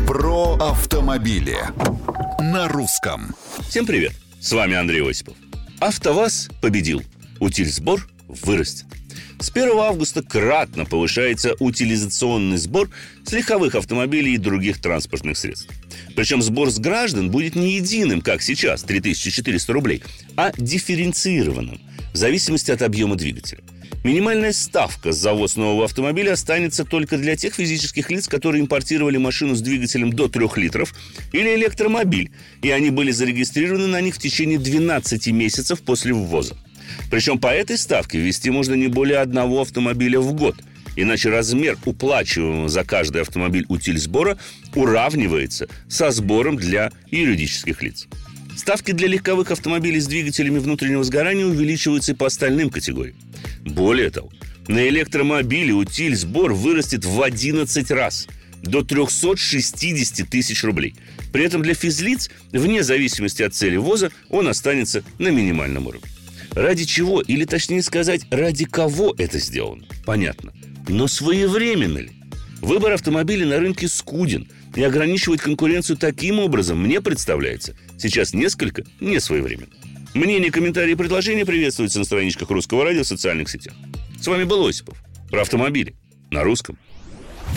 Про автомобили на русском. Всем привет, с вами Андрей Осипов. АвтоВАЗ победил, утильсбор вырастет. С 1 августа кратно повышается утилизационный сбор с легковых автомобилей и других транспортных средств. Причем сбор с граждан будет не единым, как сейчас, 3400 рублей, а дифференцированным, в зависимости от объема двигателя. Минимальная ставка за завоз нового автомобиля останется только для тех физических лиц, которые импортировали машину с двигателем до 3 литров или электромобиль, и они были зарегистрированы на них в течение 12 месяцев после ввоза. Причем по этой ставке ввести можно не более одного автомобиля в год, иначе размер уплачиваемого за каждый автомобиль утильсбора уравнивается со сбором для юридических лиц. Ставки для легковых автомобилей с двигателями внутреннего сгорания увеличиваются и по остальным категориям. Более того, на электромобиле утильсбор вырастет в 11 раз, до 360 тысяч рублей. При этом для физлиц, вне зависимости от цели ввоза, он останется на минимальном уровне. Ради чего, или точнее сказать, ради кого это сделано, понятно. Но своевременно ли? Выбор автомобилей на рынке скуден, и ограничивать конкуренцию таким образом, мне представляется, сейчас несколько несвоевременно. Мнения, комментарии и предложения приветствуются на страничках Русского радио в социальных сетях. С вами был Осипов. Про автомобили на русском.